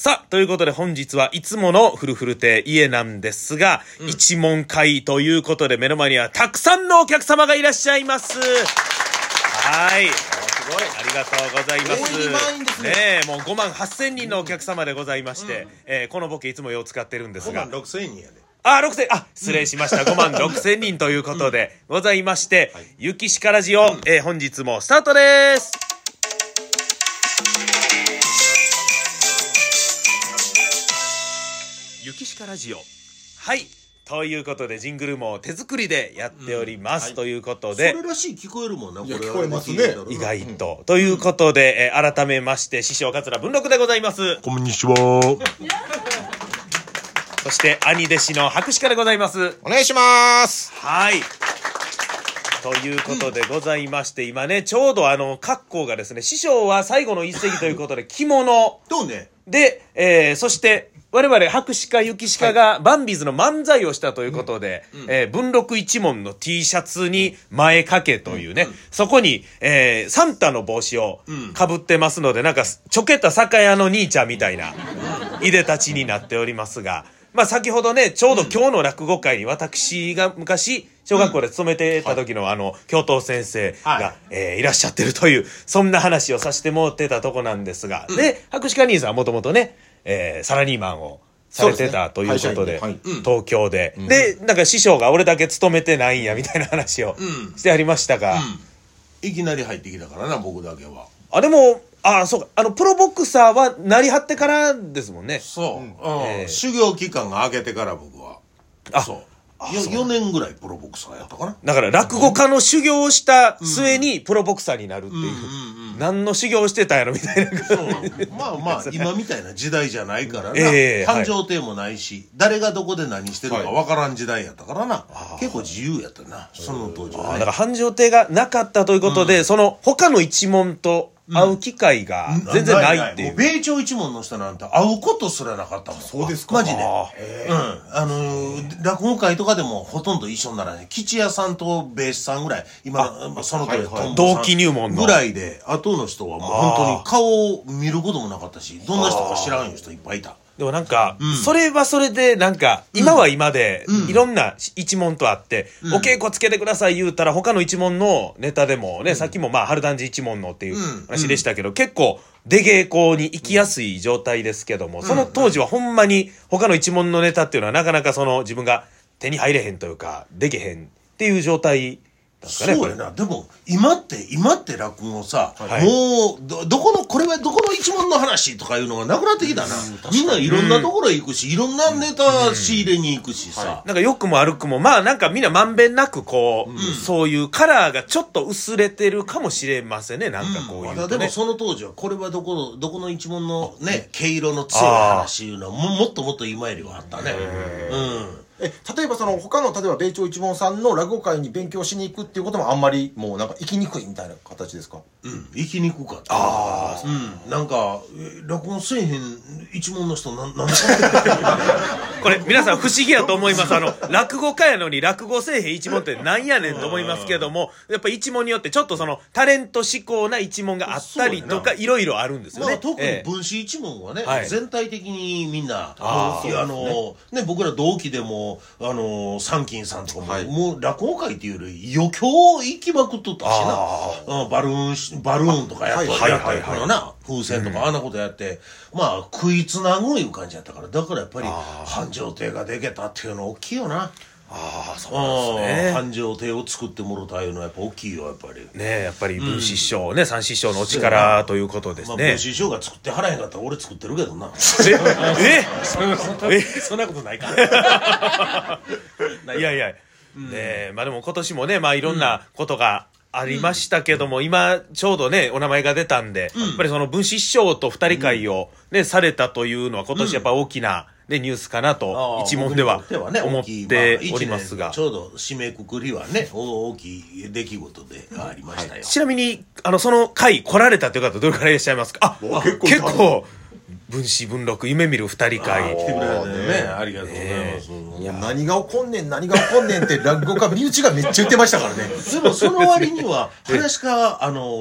さあ、ということで本日はいつものフルフル亭家なんですが、一問会ということで目の前にはたくさんのお客様がいらっしゃいます。はい。すごい。ありがとうございます。 大いに満員ですね。 ねえ、もう5万8千人のお客様でございまして、このボケいつもよう使ってるんですが。 5万6千人やで。 6000、失礼しました。5万6千人ということでございまして、ゆきしかラジオ、本日もスタートです。ゆきしかラジオ。はい。ということで、ジングルも手作りでやっております。ということで。 それらしい聞こえるもんな、これ。 聞こえますね。 意外と。ということで、改めまして、師匠桂文禄でございます。 こんにちは。 そして、兄弟子の博士でございます。 お願いします。 はい。ということでございまして、今ね、ちょうど格好がですね、師匠は最後の一席ということで、着物。 どうね。 で、そして、我々、博士ゆきしかが、バンビーズの漫才をしたということで、文禄一門の T シャツに前掛けというね、そこに、サンタの帽子を被ってますので、なんか、ちょけた酒屋の兄ちゃんみたいな、いでたちになっておりますが、まあ先ほどね、ちょうど今日の落語会に私が昔、小学校で勤めてた時の教頭先生が、いらっしゃってるという、そんな話をさせてもらってたとこなんですが、で、博士兄さんはもともとね、サラリーマンをされてたということで、東京で。で、なんか師匠が俺だけ勤めてないんや、みたいな話をしてありましたが。 いきなり入ってきたからな、僕だけは。 でも、そうか、プロボクサーはなりはってからですもんね。 そう。修行期間が明けてから僕は。そう。4年ぐらいプロボクサーやったかな。 だから落語家の修行をした末にプロボクサーになるっていう。何の修行をしてたんやろみたいな。 まあまあ、今みたいな時代じゃないからな。繁盛亭もないし、誰がどこで何してるかわからん時代やったからな。結構自由やったな、その当時はね。 だから繁盛亭がなかったということで、その他の一門と会う機会が全然ないっていう。 米朝一門の人なんて会うことすらなかったもん。 そうですか。 マジで。落語会とかでもほとんど一緒にならない。吉屋さんと米子さんぐらい、今、その時同期入門のぐらいで、後の人はもう本当に顔を見ることもなかったし、どんな人か知らん人いっぱいいた。 でもなんか、それはそれで、なんか、今は今で、いろんな一門とあって、お稽古つけてください言うたら、他の一門のネタでもね、さっきも春団治一門のっていう話でしたけど、結構、出稽古に行きやすい状態ですけども、その当時はほんまに、他の一門のネタっていうのはなかなか自分が手に入れへんというか、できへんっていう状態。 そうやな。でも、今って落語さ、もう、これはどこの一門の話とかいうのがなくなってきたな。みんないろんなところへ行くし、いろんなネタ仕入れに行くしさ。 なんか良くも悪くも、まあなんかみんなまんべんなくそういうカラーがちょっと薄れてるかもしれませんね、なんかこういう。 でもその当時は、これはどこの一門のね、毛色の強い話いうのは、もっともっと今よりはあったね。 例えば他の、例えば米朝一門さんの落語会に勉強しに行くっていうこともあんまりもうなんか行きにくいみたいな形ですか？ 行きにくかった。なんか、落語せえへん一門の人なんでこれ皆さん不思議やと思います。落語家やのに落語せえへん一門ってなんやねんと思いますけども、やっぱ一門によってちょっとタレント志向な一門があったりとか、いろいろあるんですよね。 特に文枝一門はね、全体的にみんな、僕ら同期でも、三金さんとかも、もう落語会っていうより余興行きまくっとったしな。バルーンとかやったりな、風船とかあんなことやって、まあ食いつなぐいう感じやったから、だからやっぱり繁盛亭ができたっていうのは大きいよな。 そうなんですね。 繁盛亭を作ってもろたいうのはやっぱ大きいよ、やっぱり。 ね、やっぱり文枝師匠ね、三師匠のお力ということですね。 文枝師匠が作ってはらへんかったら俺作ってるけどな。 そんなことないか。いやいや。まあでも今年もね、まあいろんなことがありましたけども、今ちょうどね、お名前が出たんで、やっぱり文枝師匠と二人会をね、されたというのは今年やっぱ大きな、ニュースかなと一問では思っておりますが、 ちょうど締めくくりはね、大きい出来事でありましたよ。 ちなみにその会来られたという方どれからいらっしゃいますか？結構文枝文禄夢見る二人会来てくれたね。ありがとうございます。 いや、何が起こんねんって落語家身内がめっちゃ言ってましたからね。 でもその割には、話家、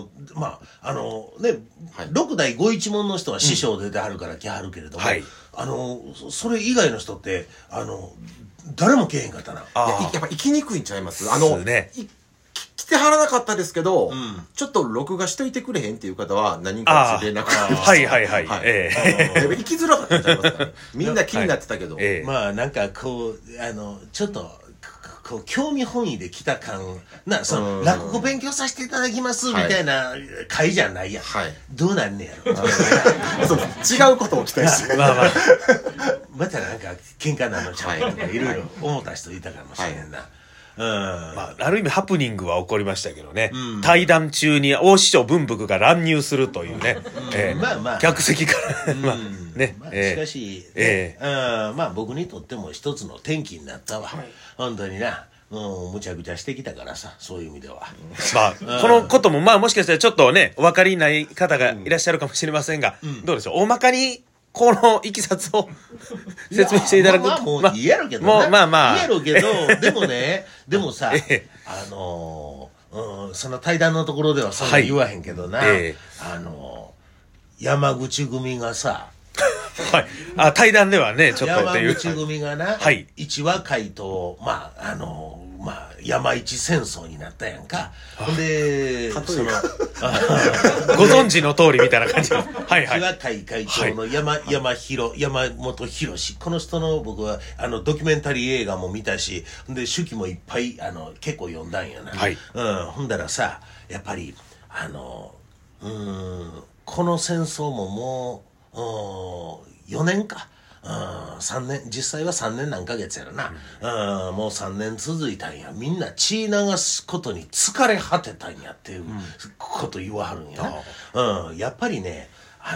六代御一門の人は師匠であるから来はるけれども、それ以外の人って、誰も来へんかったな。 やっぱ行きにくいんちゃいます？ ね、 来てはらなかったですけど、ちょっと録画しといてくれへんっていう方は何人か連絡してました。行きづらかったんちゃいますかね。みんな気になってたけど。 まあなんかこう、ちょっと、こう興味本位で来た感落語勉強させていただきますみたいな会じゃないやん、どうなんねやろ違うことを期待してまたなんか喧嘩なのちゃうとかいろいろ思った人いたかもしれんな。 ある意味ハプニングは起こりましたけどね、対談中に大師匠文福が乱入するというね、客席からしかし、僕にとっても一つの転機になったわ、本当にな。むちゃくちゃしてきたからさ、そういう意味では。 このことももしかしたらちょっとね、お分かりない方がいらっしゃるかもしれませんが、どうでしょう、大まかにこのいきさつを説明していただくと。 もう言えるけどな。言えるけど、でもね、でもさ、その対談のところではそんな言わへんけどな、山口組がさ、 対談ではね、ちょっと山口組がな、一和会と、山一戦争になったやんか。で、ご存知の通りみたいな感じの。 一和会会長の山本博士。この人の僕は、ドキュメンタリー映画も見たし、で、手記もいっぱい、結構読んだんやな。ほんだらさ、やっぱり、この戦争ももう、4年か。3年、実際は3年何ヶ月やろな。もう3年続いたんや。みんな血流すことに疲れ果てたんやっていうこと言わはるんやな。やっぱりね、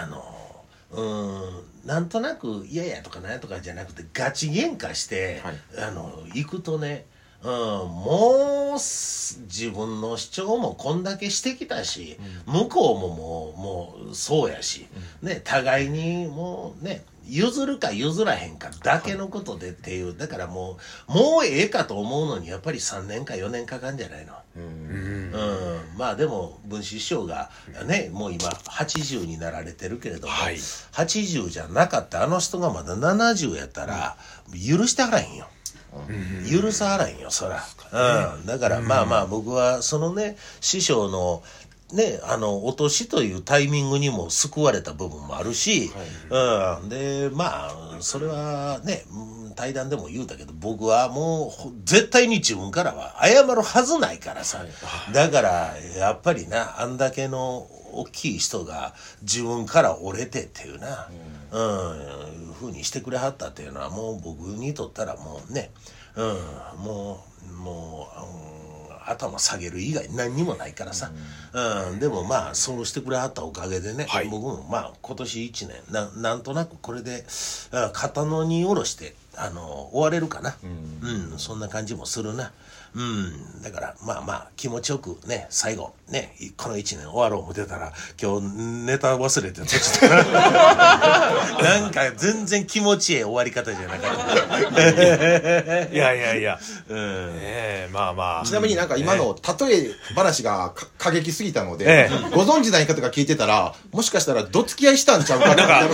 なんとなく嫌やとかなんとかじゃなくてガチ喧嘩して、行くとね、もう自分の主張もこんだけしてきたし、向こうももうそうやし、ね、互いにもうね、譲るか譲らへんかだけのことでっていう、だからもうええかと思うのにやっぱり3年か4年かかんじゃないの。まあでも文枝師匠がね、もう今80になられてるけれども、80じゃなかったあの人がまだ70やったら許してはらへんよ。許さはらへんよ、そら。だから僕はそのね、師匠のね、お年というタイミングにも救われた部分もあるし、で、それはね、対談でも言うたけど、僕はもう絶対に自分からは謝るはずないからさ。だから、やっぱりな、あんだけの大きい人が自分から折れてっていうな、ふうにしてくれはったっていうのは、もう僕にとったらもうね、もう、頭下げる以外何にもないからさ、でもそうしてくれはったおかげでね、僕も今年1年なんとなくこれで肩の荷下ろして終われるかな、そんな感じもするな。だから気持ちよくね、最後ね、この1年終わろう思ってたら今日ネタ忘れて閉じたなんか全然気持ちいい終わり方じゃなかったいやちなみになんか今の例え話が過激すぎたので、ご存知ない方が聞いてたら、もしかしたらどつき合いしたんちゃうかな、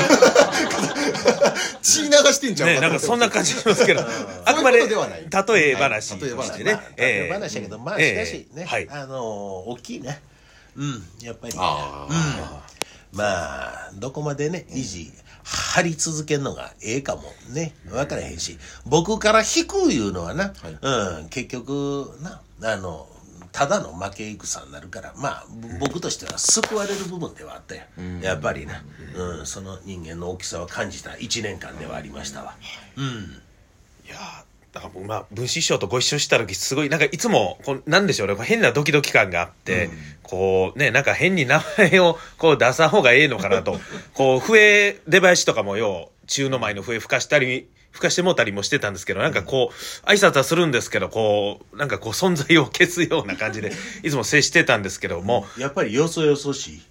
血流してんちゃうかなんかそんな感じしますけど、あくまで例え話としてね、 例え話だけど、しかしね、大きいね。やっぱり。どこまでね、維持、張り続けるのがええかもね、わからへんし、僕から引くいうのはな、結局な、ただの負け戦になるから、僕としては救われる部分ではあったよ。やっぱりな、その人間の大きさは感じた1年間ではありましたわ。 いやだから僕文枝師匠とご一緒した時すごいなんかいつもなんでしょうね、変なドキドキ感があって、こうね、なんか変に名前をこう出さん方がええのかなとこう笛出囃子とかも中の前の笛吹かしてもうたりもしてたんですけど、なんかこう挨拶はするんですけど、なんか存在を消すような感じでいつも接してたんですけども、 やっぱりよそよそしい。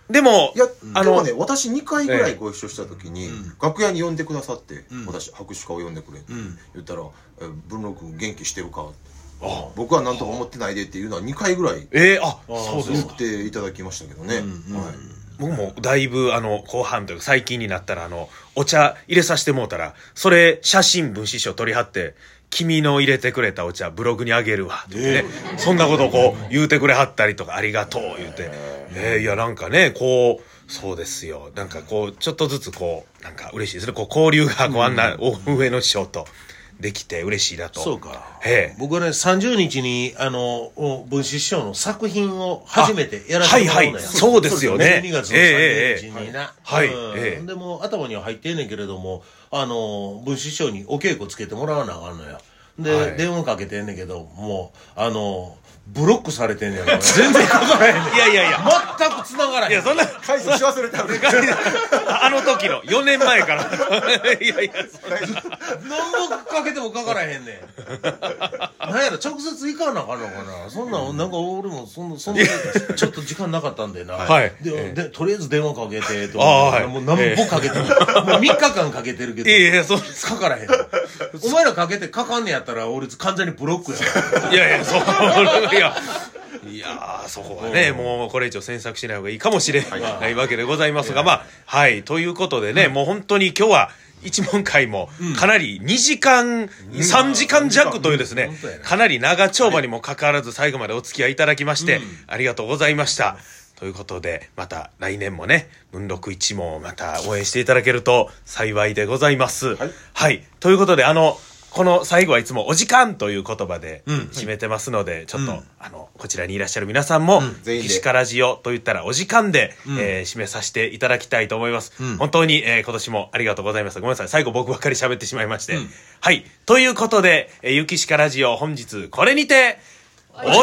でも、 いや、でもね、私2回ぐらいご一緒した時に、楽屋に呼んでくださって、私、博士課を呼んでくれって言ったら、文禄元気してるか僕はなんとか思ってないでっていうのは2回ぐらいそう言っていただきましたけどね。 僕もだいぶ後半というか最近になったらお茶入れさせてもうたら、それ写真文師匠取り貼って、君の入れてくれたお茶ブログにあげるわとかね、そんなことをこう言うてくれはったりとか、ありがとう言うて、いやなんかね、こうそうですよ、なんかこうちょっとずつこうなんか嬉しいですね、こう交流がこうあんな上の師匠とできて嬉しいなと。 そうか。僕はね、30日に、文枝師匠の作品を初めてやらせてもらうのよ。 はいはい。そうですよね。 12月の30日にな。 はい。 でも、頭には入ってんねんけれども、文枝師匠にお稽古つけてもらわなあかんのよ。で、電話かけてんねんけど、もう、ブロックされてんねんから、全然かからへんねん。 いや。 全く繋がらへん。 いや、そんな。 解除し忘れたのあの時の、4年前から。いや。 何もかけてもかからへんねん。なんやろ、直接行かなあかんのかな。そんな、なんか俺も、そんな、ちょっと時間なかったんでな。 はい。 で、とりあえず電話かけて、とか。もう何もかけても、もう3日間かけてるけど。 いや、そうかからへん。お前らかけてかかんねやったら、俺完全にブロックや。 いや、そう。いやそこはね、もうこれ以上詮索しない方がいいかもしれないわけでございますが、はい、ということでね、もう本当に今日は一問会もかなり2時間、3時間弱というですね、かなり長丁場にもかかわらず最後までお付き合いいただきまして、ありがとうございました。ということで、また来年もね、文禄一門をまた応援していただけると幸いでございます。はい。ということで、この最後はいつもお時間という言葉で締めてますので、ちょっと、こちらにいらっしゃる皆さんも、岸からジオと言ったらお時間で、締めさせていただきたいと思います。本当に、今年もありがとうございます。ごめんなさい。最後僕ばっかり喋ってしまいまして。はい。ということで、ゆきしからジオ本日これにて、お時間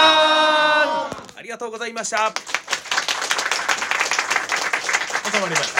ありがとうございました。収まりました。